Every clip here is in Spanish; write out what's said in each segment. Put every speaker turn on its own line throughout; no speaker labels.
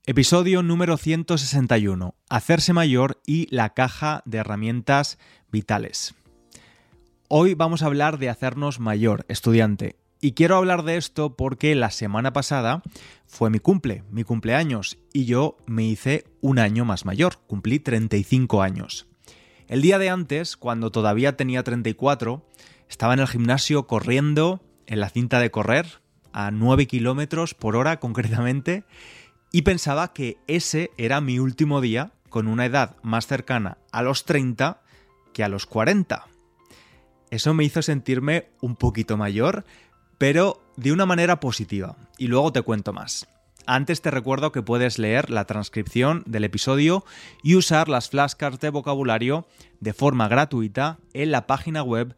Episodio número 161. Hacerse mayor y la caja de herramientas vitales. Hoy vamos a hablar de hacernos mayor, estudiante. Y quiero hablar de esto porque la semana pasada fue mi cumpleaños, y yo me hice un año más mayor, cumplí 35 años. El día de antes, cuando todavía tenía 34, estaba en el gimnasio corriendo en la cinta de correr, a 9 kilómetros por hora concretamente, y pensaba que ese era mi último día con una edad más cercana a los 30 que a los 40. Eso me hizo sentirme un poquito mayor, pero de una manera positiva, y luego te cuento más. Antes te recuerdo que puedes leer la transcripción del episodio y usar las flashcards de vocabulario de forma gratuita en la página web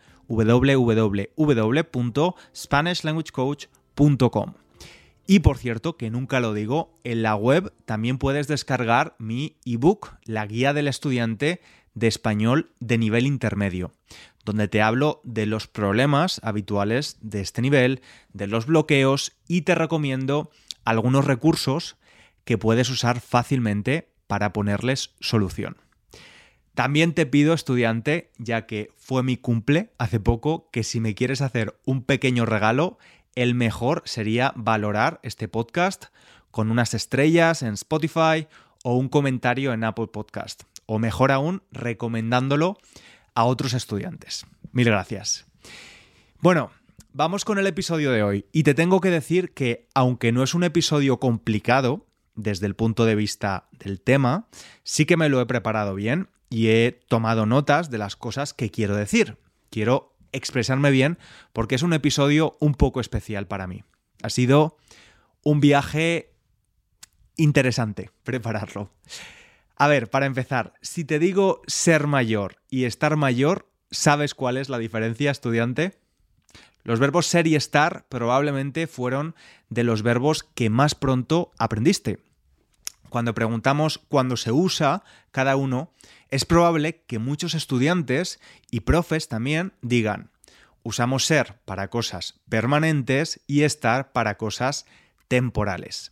www.spanishlanguagecoach.com. Y por cierto, que nunca lo digo, en la web también puedes descargar mi ebook, la guía del estudiante de español de nivel intermedio, donde te hablo de los problemas habituales de este nivel, de los bloqueos, y te recomiendo algunos recursos que puedes usar fácilmente para ponerles solución. También te pido, estudiante, ya que fue mi cumple hace poco, que si me quieres hacer un pequeño regalo, el mejor sería valorar este podcast con unas estrellas en Spotify o un comentario en Apple Podcast. O mejor aún, recomendándolo a otros estudiantes. Mil gracias. Bueno, vamos con el episodio de hoy. Y te tengo que decir que, aunque no es un episodio complicado desde el punto de vista del tema, sí que me lo he preparado bien y he tomado notas de las cosas que quiero decir. Quiero expresarme bien porque es un episodio un poco especial para mí. Ha sido un viaje interesante prepararlo. A ver, para empezar, si te digo ser mayor y estar mayor, ¿sabes cuál es la diferencia, estudiante? Los verbos ser y estar probablemente fueron de los verbos que más pronto aprendiste. Cuando preguntamos cuándo se usa cada uno, es probable que muchos estudiantes y profes también digan: usamos ser para cosas permanentes y estar para cosas temporales.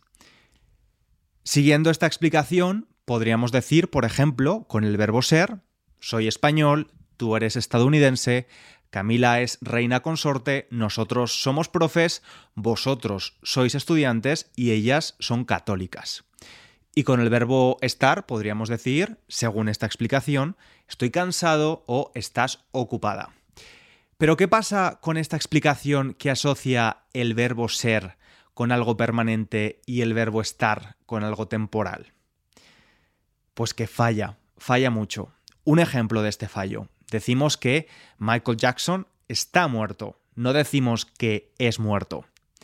Siguiendo esta explicación, podríamos decir, por ejemplo, con el verbo ser: soy español, tú eres estadounidense, Camila es reina consorte, nosotros somos profes, vosotros sois estudiantes y ellas son católicas. Y con el verbo estar podríamos decir, según esta explicación, estoy cansado o estás ocupada. Pero ¿qué pasa con esta explicación que asocia el verbo ser con algo permanente y el verbo estar con algo temporal? Pues que falla mucho. Un ejemplo de este fallo. Decimos que Michael Jackson está muerto, no decimos que es muerto.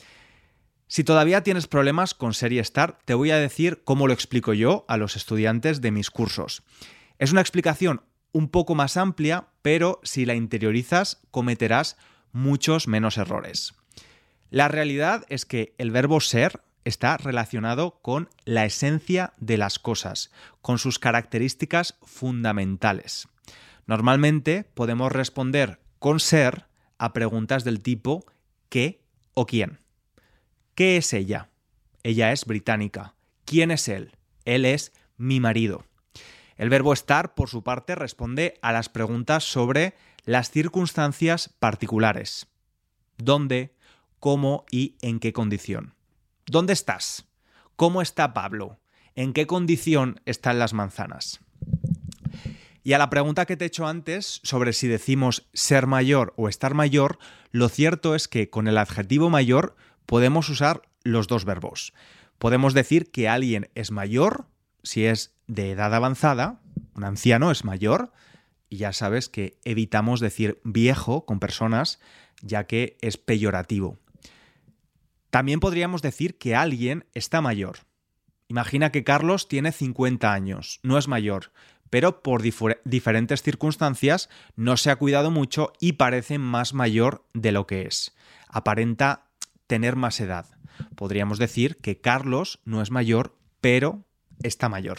Si todavía tienes problemas con ser y estar, te voy a decir cómo lo explico yo a los estudiantes de mis cursos. Es una explicación un poco más amplia, pero si la interiorizas cometerás muchos menos errores. La realidad es que el verbo ser está relacionado con la esencia de las cosas, con sus características fundamentales. Normalmente podemos responder con ser a preguntas del tipo ¿qué o quién? ¿Qué es ella? Ella es británica. ¿Quién es él? Él es mi marido. El verbo estar, por su parte, responde a las preguntas sobre las circunstancias particulares. ¿Dónde? ¿Cómo? ¿Y en qué condición? ¿Dónde estás? ¿Cómo está Pablo? ¿En qué condición están las manzanas? Y a la pregunta que te he hecho antes sobre si decimos ser mayor o estar mayor, lo cierto es que con el adjetivo mayor podemos usar los dos verbos. Podemos decir que alguien es mayor si es de edad avanzada, un anciano es mayor, y ya sabes que evitamos decir viejo con personas, ya que es peyorativo. También podríamos decir que alguien está mayor. Imagina que Carlos tiene 50 años, no es mayor, pero por diferentes circunstancias no se ha cuidado mucho y parece más mayor de lo que es. Aparenta tener más edad. Podríamos decir que Carlos no es mayor, pero está mayor.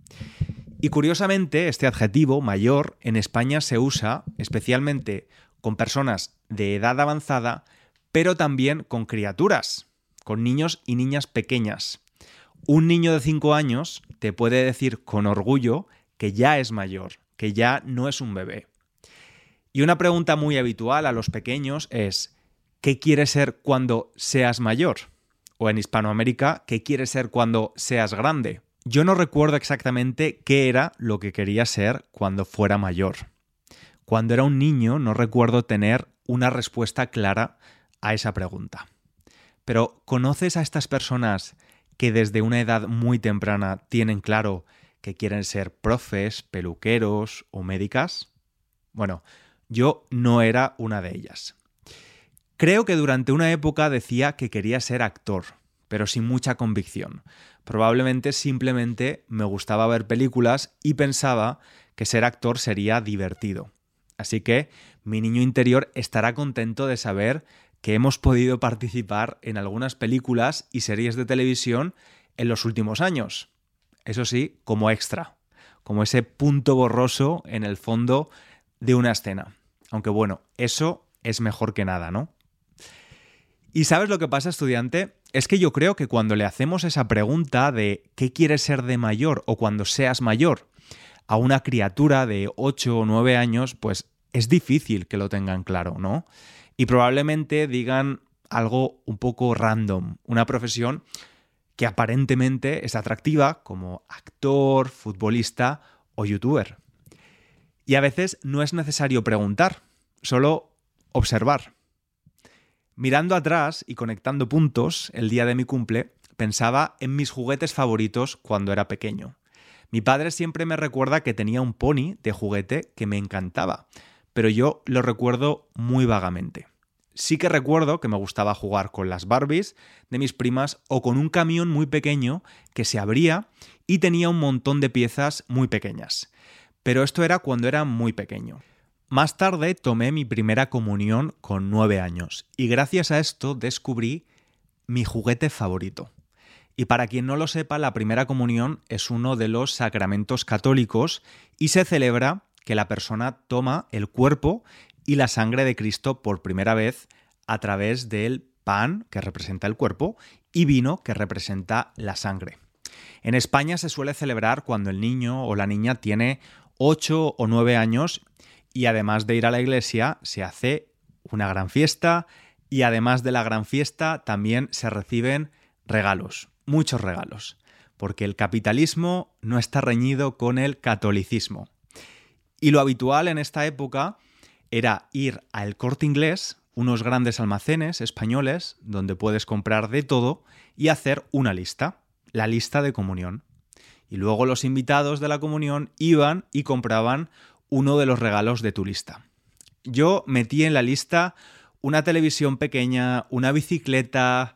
Y curiosamente, este adjetivo, mayor, en España se usa especialmente con personas de edad avanzada, pero también con criaturas, con niños y niñas pequeñas. Un niño de 5 años te puede decir con orgullo que ya es mayor, que ya no es un bebé. Y una pregunta muy habitual a los pequeños es: ¿qué quieres ser cuando seas mayor? O en Hispanoamérica, ¿qué quieres ser cuando seas grande? Yo no recuerdo exactamente qué era lo que quería ser cuando fuera mayor. Cuando era un niño no recuerdo tener una respuesta clara a esa pregunta. Pero ¿conoces a estas personas que desde una edad muy temprana tienen claro que quieren ser profes, peluqueros o médicas? Bueno, yo no era una de ellas. Creo que durante una época decía que quería ser actor, pero sin mucha convicción. Probablemente simplemente me gustaba ver películas y pensaba que ser actor sería divertido. Así que mi niño interior estará contento de saber que hemos podido participar en algunas películas y series de televisión en los últimos años. Eso sí, como extra, como ese punto borroso en el fondo de una escena. Aunque bueno, eso es mejor que nada, ¿no? ¿Y sabes lo que pasa, estudiante? Es que yo creo que cuando le hacemos esa pregunta de ¿qué quieres ser de mayor o cuando seas mayor? A una criatura de 8 o 9 años, pues es difícil que lo tengan claro, ¿no? Y probablemente digan algo un poco random, una profesión que aparentemente es atractiva, como actor, futbolista o youtuber. Y a veces no es necesario preguntar, solo observar. Mirando atrás y conectando puntos, el día de mi cumple, pensaba en mis juguetes favoritos cuando era pequeño. Mi padre siempre me recuerda que tenía un pony de juguete que me encantaba, pero yo lo recuerdo muy vagamente. Sí que recuerdo que me gustaba jugar con las Barbies de mis primas o con un camión muy pequeño que se abría y tenía un montón de piezas muy pequeñas. Pero esto era cuando era muy pequeño. Más tarde tomé mi primera comunión con 9 años y gracias a esto descubrí mi juguete favorito. Y para quien no lo sepa, la primera comunión es uno de los sacramentos católicos y se celebra que la persona toma el cuerpo y la sangre de Cristo por primera vez a través del pan, que representa el cuerpo, y vino, que representa la sangre. En España se suele celebrar cuando el niño o la niña tiene 8 o 9 años y además de ir a la iglesia se hace una gran fiesta y además de la gran fiesta también se reciben regalos, muchos regalos, porque el capitalismo no está reñido con el catolicismo. Y lo habitual en esta época era ir al Corte Inglés, unos grandes almacenes españoles donde puedes comprar de todo y hacer una lista, la lista de comunión. Y luego los invitados de la comunión iban y compraban uno de los regalos de tu lista. Yo metí en la lista una televisión pequeña, una bicicleta,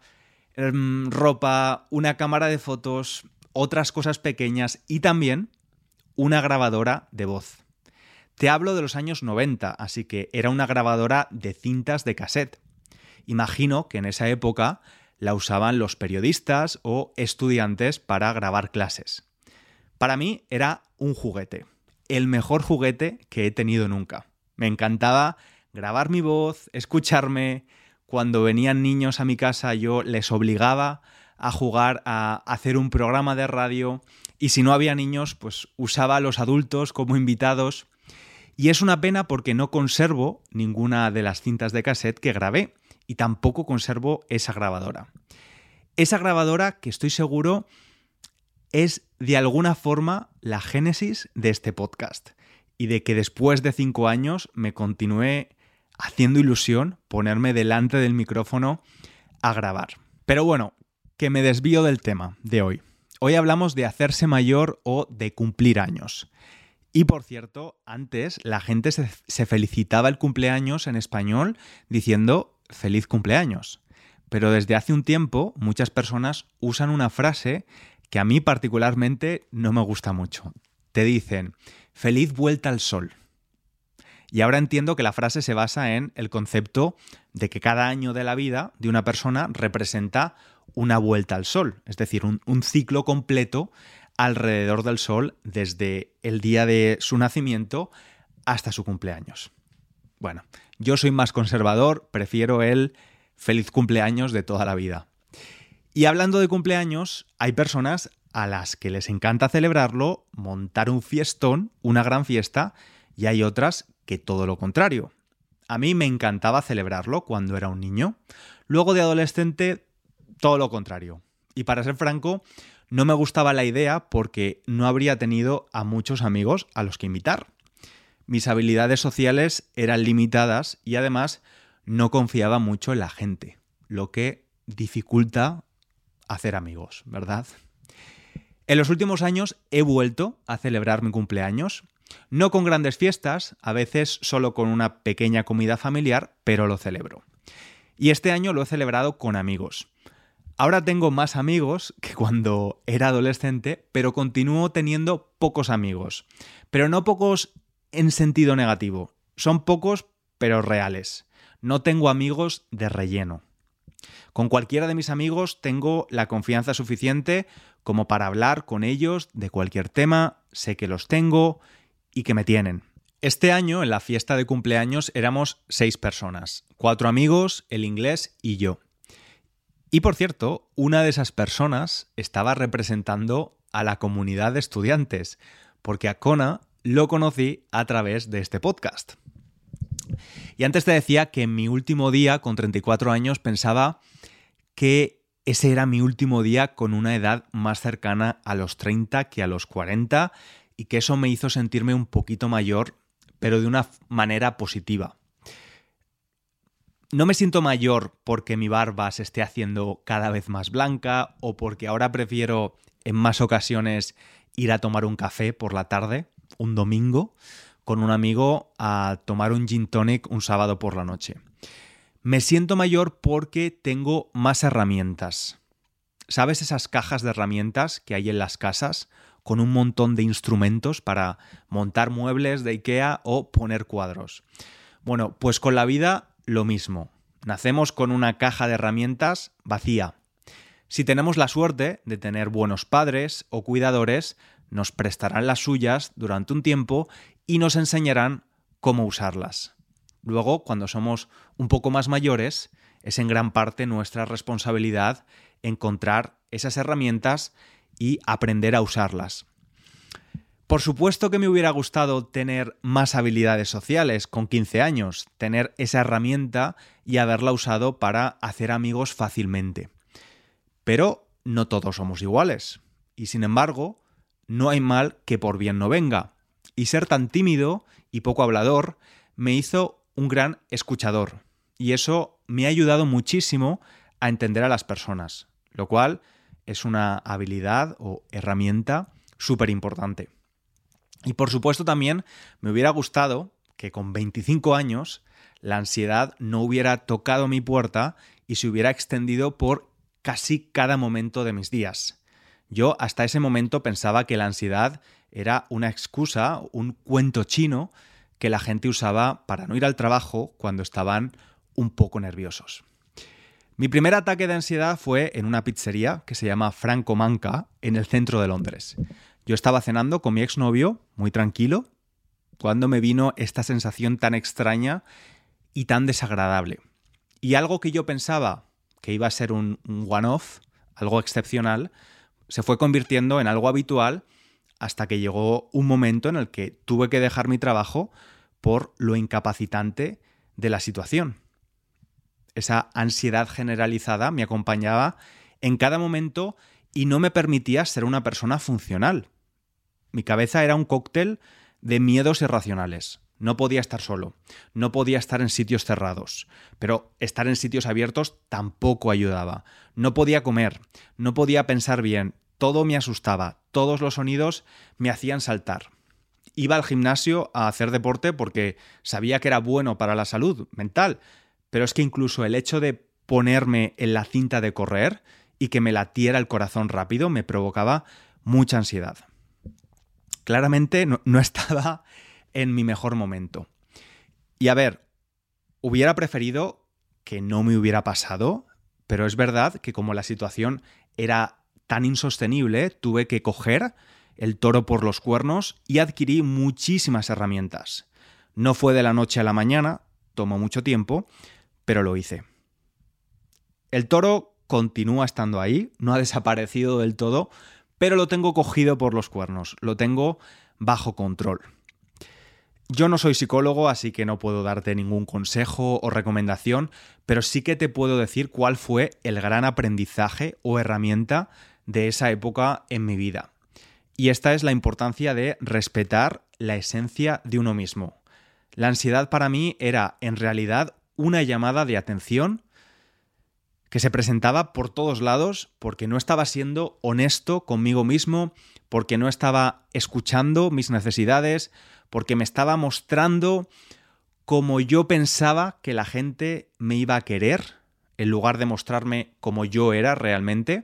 ropa, una cámara de fotos, otras cosas pequeñas y también una grabadora de voz. Te hablo de los años 90, así que era una grabadora de cintas de cassette. Imagino que en esa época la usaban los periodistas o estudiantes para grabar clases. Para mí era un juguete, el mejor juguete que he tenido nunca. Me encantaba grabar mi voz, escucharme. Cuando venían niños a mi casa yo les obligaba a jugar a hacer un programa de radio y si no había niños pues usaba a los adultos como invitados. Y es una pena porque no conservo ninguna de las cintas de cassette que grabé y tampoco conservo esa grabadora. Esa grabadora que estoy seguro es de alguna forma la génesis de este podcast y de que después de 5 años me continué haciendo ilusión ponerme delante del micrófono a grabar. Pero bueno, que me desvío del tema de hoy. Hoy hablamos de hacerse mayor o de cumplir años. Y por cierto, antes la gente se felicitaba el cumpleaños en español diciendo feliz cumpleaños. Pero desde hace un tiempo muchas personas usan una frase que a mí particularmente no me gusta mucho. Te dicen feliz vuelta al sol. Y ahora entiendo que la frase se basa en el concepto de que cada año de la vida de una persona representa una vuelta al sol, es decir, un ciclo completo alrededor del sol desde el día de su nacimiento hasta su cumpleaños. Bueno, yo soy más conservador, prefiero el feliz cumpleaños de toda la vida. Y hablando de cumpleaños, hay personas a las que les encanta celebrarlo, montar un fiestón, una gran fiesta, y hay otras que todo lo contrario. A mí me encantaba celebrarlo cuando era un niño. Luego de adolescente, todo lo contrario. Y para ser franco, no me gustaba la idea porque no habría tenido a muchos amigos a los que invitar. Mis habilidades sociales eran limitadas y además no confiaba mucho en la gente, lo que dificulta hacer amigos, ¿verdad? En los últimos años he vuelto a celebrar mi cumpleaños, no con grandes fiestas, a veces solo con una pequeña comida familiar, pero lo celebro. Y este año lo he celebrado con amigos. Ahora tengo más amigos que cuando era adolescente, pero continúo teniendo pocos amigos. Pero no pocos en sentido negativo. Son pocos, pero reales. No tengo amigos de relleno. Con cualquiera de mis amigos tengo la confianza suficiente como para hablar con ellos de cualquier tema, sé que los tengo y que me tienen. Este año, en la fiesta de cumpleaños, éramos 6 personas, 4 amigos, el inglés y yo. Y por cierto, una de esas personas estaba representando a la comunidad de estudiantes, porque a Kona lo conocí a través de este podcast. Y antes te decía que en mi último día, con 34 años, pensaba que ese era mi último día con una edad más cercana a los 30 que a los 40 y que eso me hizo sentirme un poquito mayor, pero de una manera positiva. No me siento mayor porque mi barba se esté haciendo cada vez más blanca o porque ahora prefiero en más ocasiones ir a tomar un café por la tarde, un domingo, con un amigo a tomar un gin tonic un sábado por la noche. Me siento mayor porque tengo más herramientas. ¿Sabes esas cajas de herramientas que hay en las casas con un montón de instrumentos para montar muebles de IKEA o poner cuadros? Bueno, pues con la vida lo mismo. Nacemos con una caja de herramientas vacía. Si tenemos la suerte de tener buenos padres o cuidadores, nos prestarán las suyas durante un tiempo y nos enseñarán cómo usarlas. Luego, cuando somos un poco más mayores, es en gran parte nuestra responsabilidad encontrar esas herramientas y aprender a usarlas. Por supuesto que me hubiera gustado tener más habilidades sociales con 15 años, tener esa herramienta y haberla usado para hacer amigos fácilmente. Pero no todos somos iguales. Y sin embargo, no hay mal que por bien no venga. Y ser tan tímido y poco hablador me hizo un gran escuchador. Y eso me ha ayudado muchísimo a entender a las personas, lo cual es una habilidad o herramienta súper importante. Y por supuesto también me hubiera gustado que con 25 años la ansiedad no hubiera tocado mi puerta y se hubiera extendido por casi cada momento de mis días. Yo hasta ese momento pensaba que la ansiedad era una excusa, un cuento chino que la gente usaba para no ir al trabajo cuando estaban un poco nerviosos. Mi primer ataque de ansiedad fue en una pizzería que se llama Franco Manca, en el centro de Londres. Yo estaba cenando con mi exnovio, muy tranquilo, cuando me vino esta sensación tan extraña y tan desagradable. Y algo que yo pensaba que iba a ser un one-off, algo excepcional, se fue convirtiendo en algo habitual hasta que llegó un momento en el que tuve que dejar mi trabajo por lo incapacitante de la situación. Esa ansiedad generalizada me acompañaba en cada momento y no me permitía ser una persona funcional. Mi cabeza era un cóctel de miedos irracionales. No podía estar solo, no podía estar en sitios cerrados, pero estar en sitios abiertos tampoco ayudaba. No podía comer, no podía pensar bien, todo me asustaba, todos los sonidos me hacían saltar. Iba al gimnasio a hacer deporte porque sabía que era bueno para la salud mental, pero es que incluso el hecho de ponerme en la cinta de correr y que me latiera el corazón rápido me provocaba mucha ansiedad. Claramente no estaba en mi mejor momento. Y a ver, hubiera preferido que no me hubiera pasado, pero es verdad que como la situación era tan insostenible, tuve que coger el toro por los cuernos y adquirí muchísimas herramientas. No fue de la noche a la mañana, tomó mucho tiempo, pero lo hice. El toro continúa estando ahí, no ha desaparecido del todo, pero lo tengo cogido por los cuernos, lo tengo bajo control. Yo no soy psicólogo, así que no puedo darte ningún consejo o recomendación, pero sí que te puedo decir cuál fue el gran aprendizaje o herramienta de esa época en mi vida. Y esta es la importancia de respetar la esencia de uno mismo. La ansiedad para mí era, en realidad, una llamada de atención que se presentaba por todos lados porque no estaba siendo honesto conmigo mismo, porque no estaba escuchando mis necesidades, porque me estaba mostrando como yo pensaba que la gente me iba a querer, en lugar de mostrarme como yo era realmente.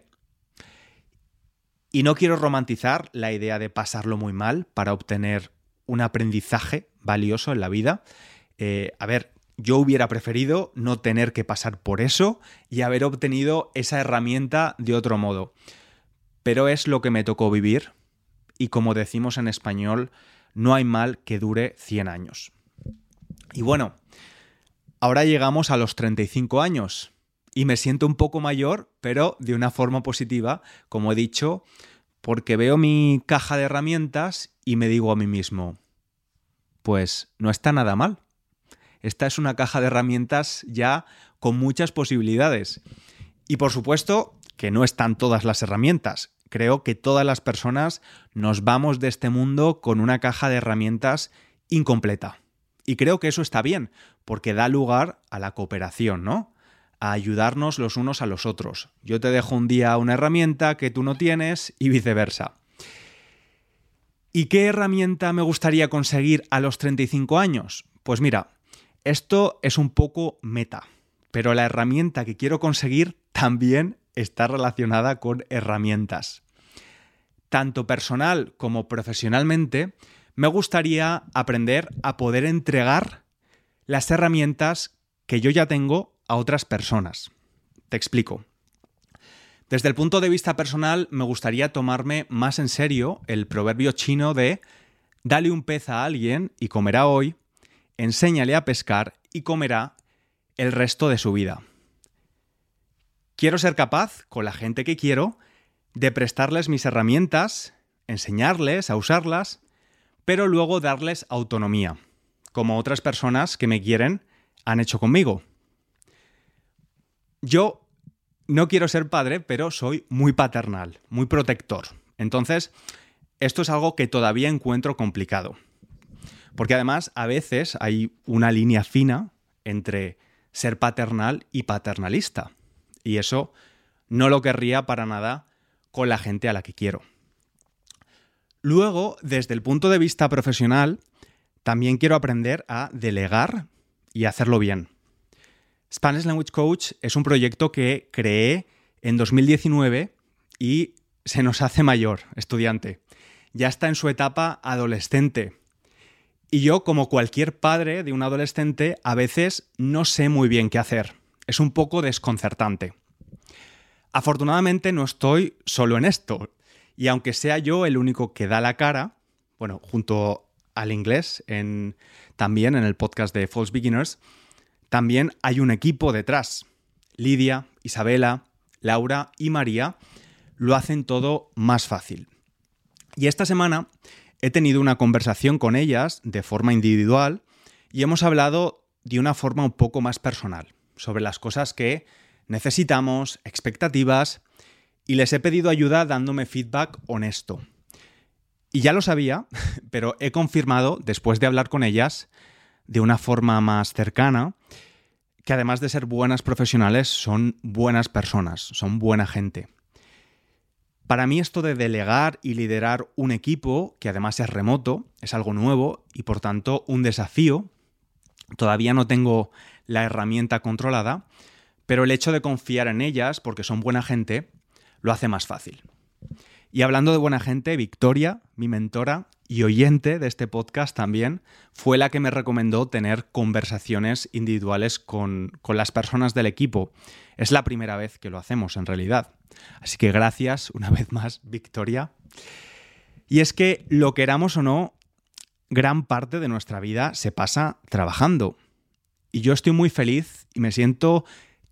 Y no quiero romantizar la idea de pasarlo muy mal para obtener un aprendizaje valioso en la vida. Yo hubiera preferido no tener que pasar por eso y haber obtenido esa herramienta de otro modo. Pero es lo que me tocó vivir y, como decimos en español, no hay mal que dure 100 años. Y bueno, ahora llegamos a los 35 años y me siento un poco mayor, pero de una forma positiva, como he dicho, porque veo mi caja de herramientas y me digo a mí mismo, pues no está nada mal. Esta es una caja de herramientas ya con muchas posibilidades. Y por supuesto que no están todas las herramientas. Creo que todas las personas nos vamos de este mundo con una caja de herramientas incompleta. Y creo que eso está bien, porque da lugar a la cooperación, ¿no? A ayudarnos los unos a los otros. Yo te dejo un día una herramienta que tú no tienes y viceversa. ¿Y qué herramienta me gustaría conseguir a los 35 años? Pues mira, esto es un poco meta, pero la herramienta que quiero conseguir también está relacionada con herramientas. Tanto personal como profesionalmente, me gustaría aprender a poder entregar las herramientas que yo ya tengo a otras personas. Te explico. Desde el punto de vista personal, me gustaría tomarme más en serio el proverbio chino de dale un pez a alguien y comerá hoy, enséñale a pescar y comerá el resto de su vida. Quiero ser capaz, con la gente que quiero, de prestarles mis herramientas, enseñarles a usarlas, pero luego darles autonomía, como otras personas que me quieren han hecho conmigo. Yo no quiero ser padre, pero soy muy paternal, muy protector. Entonces, esto es algo que todavía encuentro complicado. Porque además, a veces hay una línea fina entre ser paternal y paternalista. Y eso no lo querría para nada con la gente a la que quiero. Luego, desde el punto de vista profesional, también quiero aprender a delegar y hacerlo bien. Spanish Language Coach es un proyecto que creé en 2019 y se nos hace mayor, estudiante. Ya está en su etapa adolescente. Y yo, como cualquier padre de un adolescente, a veces no sé muy bien qué hacer. Es un poco desconcertante. Afortunadamente no estoy solo en esto. Y aunque sea yo el único que da la cara, bueno, junto al inglés, también en el podcast de False Beginners, también hay un equipo detrás. Lidia, Isabela, Laura y María lo hacen todo más fácil. Y esta semana he tenido una conversación con ellas de forma individual y hemos hablado de una forma un poco más personal sobre las cosas que necesitamos, expectativas, y les he pedido ayuda dándome feedback honesto. Y ya lo sabía, pero he confirmado, después de hablar con ellas, de una forma más cercana, que además de ser buenas profesionales, son buenas personas, son buena gente. Para mí esto de delegar y liderar un equipo, que además es remoto, es algo nuevo y por tanto un desafío. Todavía no tengo la herramienta controlada, pero el hecho de confiar en ellas, porque son buena gente, lo hace más fácil. Y hablando de buena gente, Victoria, mi mentora y oyente de este podcast también, fue la que me recomendó tener conversaciones individuales con las personas del equipo. Es la primera vez que lo hacemos, en realidad. Así que gracias una vez más, Victoria. Y es que, lo queramos o no, gran parte de nuestra vida se pasa trabajando. Y yo estoy muy feliz y me siento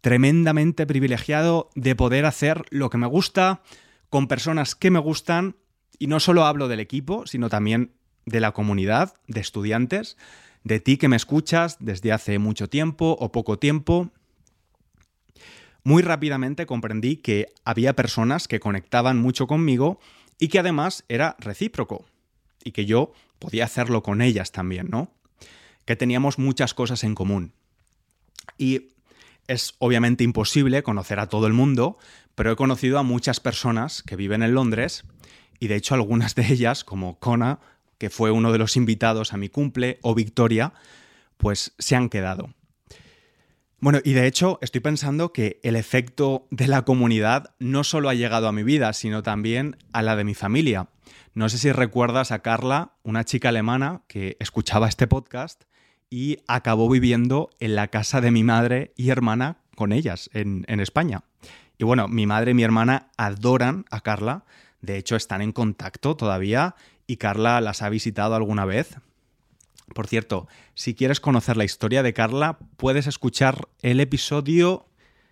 tremendamente privilegiado de poder hacer lo que me gusta, con personas que me gustan, y no solo hablo del equipo, sino también de la comunidad de estudiantes, de ti que me escuchas desde hace mucho tiempo o poco tiempo. Muy rápidamente comprendí que había personas que conectaban mucho conmigo y que además era recíproco y que yo podía hacerlo con ellas también, ¿no? Que teníamos muchas cosas en común. Y es obviamente imposible conocer a todo el mundo, pero he conocido a muchas personas que viven en Londres y de hecho algunas de ellas, como Cona, que fue uno de los invitados a mi cumple, o Victoria, pues se han quedado. Bueno, y de hecho estoy pensando que el efecto de la comunidad no solo ha llegado a mi vida, sino también a la de mi familia. No sé si recuerdas a Carla, una chica alemana que escuchaba este podcast y acabó viviendo en la casa de mi madre y hermana con ellas en España. Y bueno, mi madre y mi hermana adoran a Carla, de hecho están en contacto todavía y Carla las ha visitado alguna vez. Por cierto, si quieres conocer la historia de Carla, puedes escuchar el episodio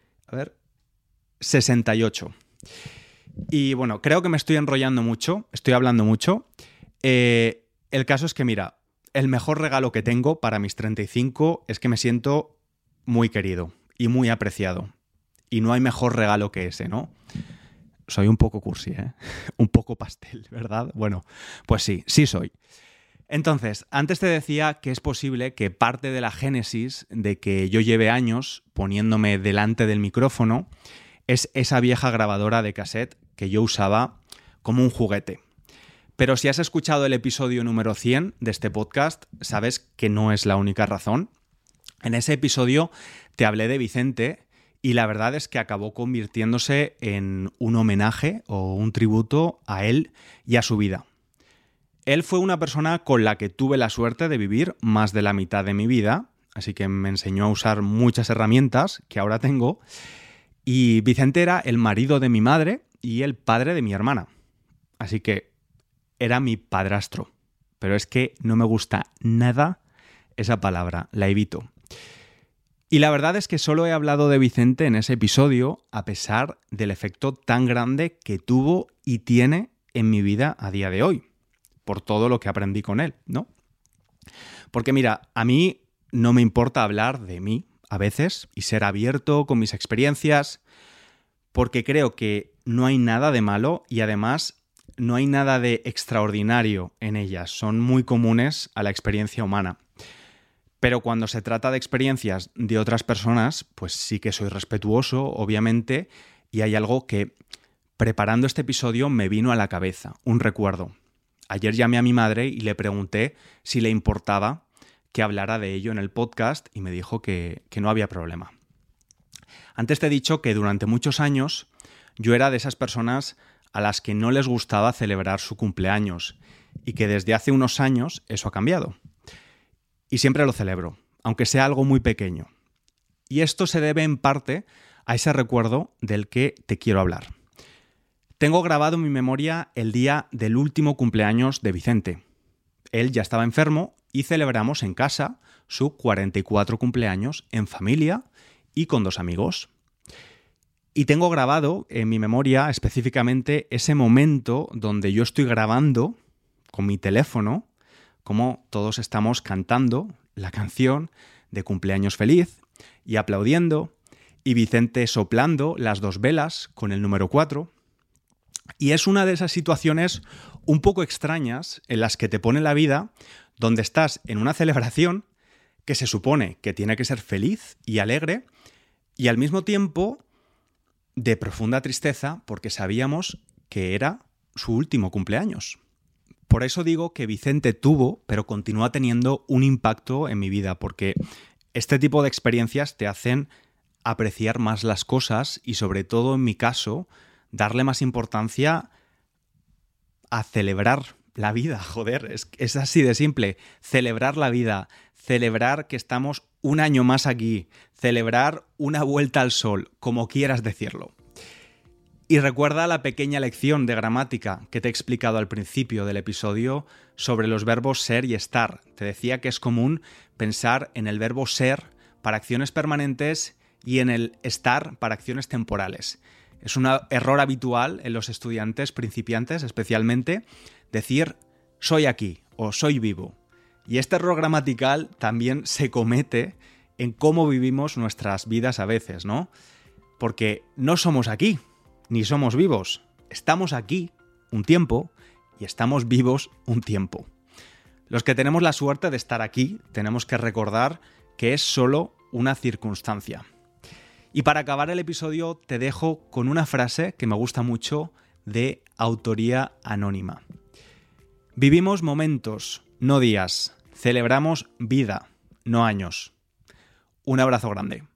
68. Y bueno, creo que me estoy enrollando mucho, estoy hablando mucho. El caso es que, mira, el mejor regalo que tengo para mis 35 es que me siento muy querido y muy apreciado. Y no hay mejor regalo que ese, ¿no? Soy un poco cursi, ¿eh? Un poco pastel, ¿verdad? Bueno, pues sí soy. Entonces, antes te decía que es posible que parte de la génesis de que yo lleve años poniéndome delante del micrófono es esa vieja grabadora de cassette que yo usaba como un juguete. Pero si has escuchado el episodio número 100 de este podcast, sabes que no es la única razón. En ese episodio te hablé de Vicente y la verdad es que acabó convirtiéndose en un homenaje o un tributo a él y a su vida. Él fue una persona con la que tuve la suerte de vivir más de la mitad de mi vida, así que me enseñó a usar muchas herramientas que ahora tengo. Y Vicente era el marido de mi madre y el padre de mi hermana. Así que era mi padrastro. Pero es que no me gusta nada esa palabra, la evito. Y la verdad es que solo he hablado de Vicente en ese episodio, a pesar del efecto tan grande que tuvo y tiene en mi vida a día de hoy, por todo lo que aprendí con él, ¿no? Porque mira, a mí no me importa hablar de mí a veces y ser abierto con mis experiencias, porque creo que no hay nada de malo y además no hay nada de extraordinario en ellas, son muy comunes a la experiencia humana. Pero cuando se trata de experiencias de otras personas, pues sí que soy respetuoso, obviamente, y hay algo que, preparando este episodio, me vino a la cabeza, un recuerdo. Ayer llamé a mi madre y le pregunté si le importaba que hablara de ello en el podcast y me dijo que no había problema. Antes te he dicho que durante muchos años yo era de esas personas a las que no les gustaba celebrar su cumpleaños y que desde hace unos años eso ha cambiado. Y siempre lo celebro, aunque sea algo muy pequeño. Y esto se debe en parte a ese recuerdo del que te quiero hablar. Tengo grabado en mi memoria el día del último cumpleaños de Vicente. Él ya estaba enfermo y celebramos en casa su 44 cumpleaños en familia y con 2 amigos. Y tengo grabado en mi memoria específicamente ese momento donde yo estoy grabando con mi teléfono cómo todos estamos cantando la canción de cumpleaños feliz y aplaudiendo, y Vicente soplando las 2 velas con el número 4. Y es una de esas situaciones un poco extrañas en las que te pone la vida, donde estás en una celebración que se supone que tiene que ser feliz y alegre, y al mismo tiempo de profunda tristeza porque sabíamos que era su último cumpleaños. Por eso digo que Vicente tuvo, pero continúa teniendo un impacto en mi vida, porque este tipo de experiencias te hacen apreciar más las cosas y, sobre todo en mi caso, darle más importancia a celebrar la vida. Joder, es así de simple. Celebrar la vida, celebrar que estamos un año más aquí, celebrar una vuelta al sol, como quieras decirlo. Y recuerda la pequeña lección de gramática que te he explicado al principio del episodio sobre los verbos ser y estar. Te decía que es común pensar en el verbo ser para acciones permanentes y en el estar para acciones temporales. Es un error habitual en los estudiantes principiantes, especialmente, decir soy aquí o soy vivo. Y este error gramatical también se comete en cómo vivimos nuestras vidas a veces, ¿no? Porque no somos aquí, ni somos vivos. Estamos aquí un tiempo y estamos vivos un tiempo. Los que tenemos la suerte de estar aquí tenemos que recordar que es solo una circunstancia. Y para acabar el episodio te dejo con una frase que me gusta mucho de autoría anónima. Vivimos momentos, no días. Celebramos vida, no años. Un abrazo grande.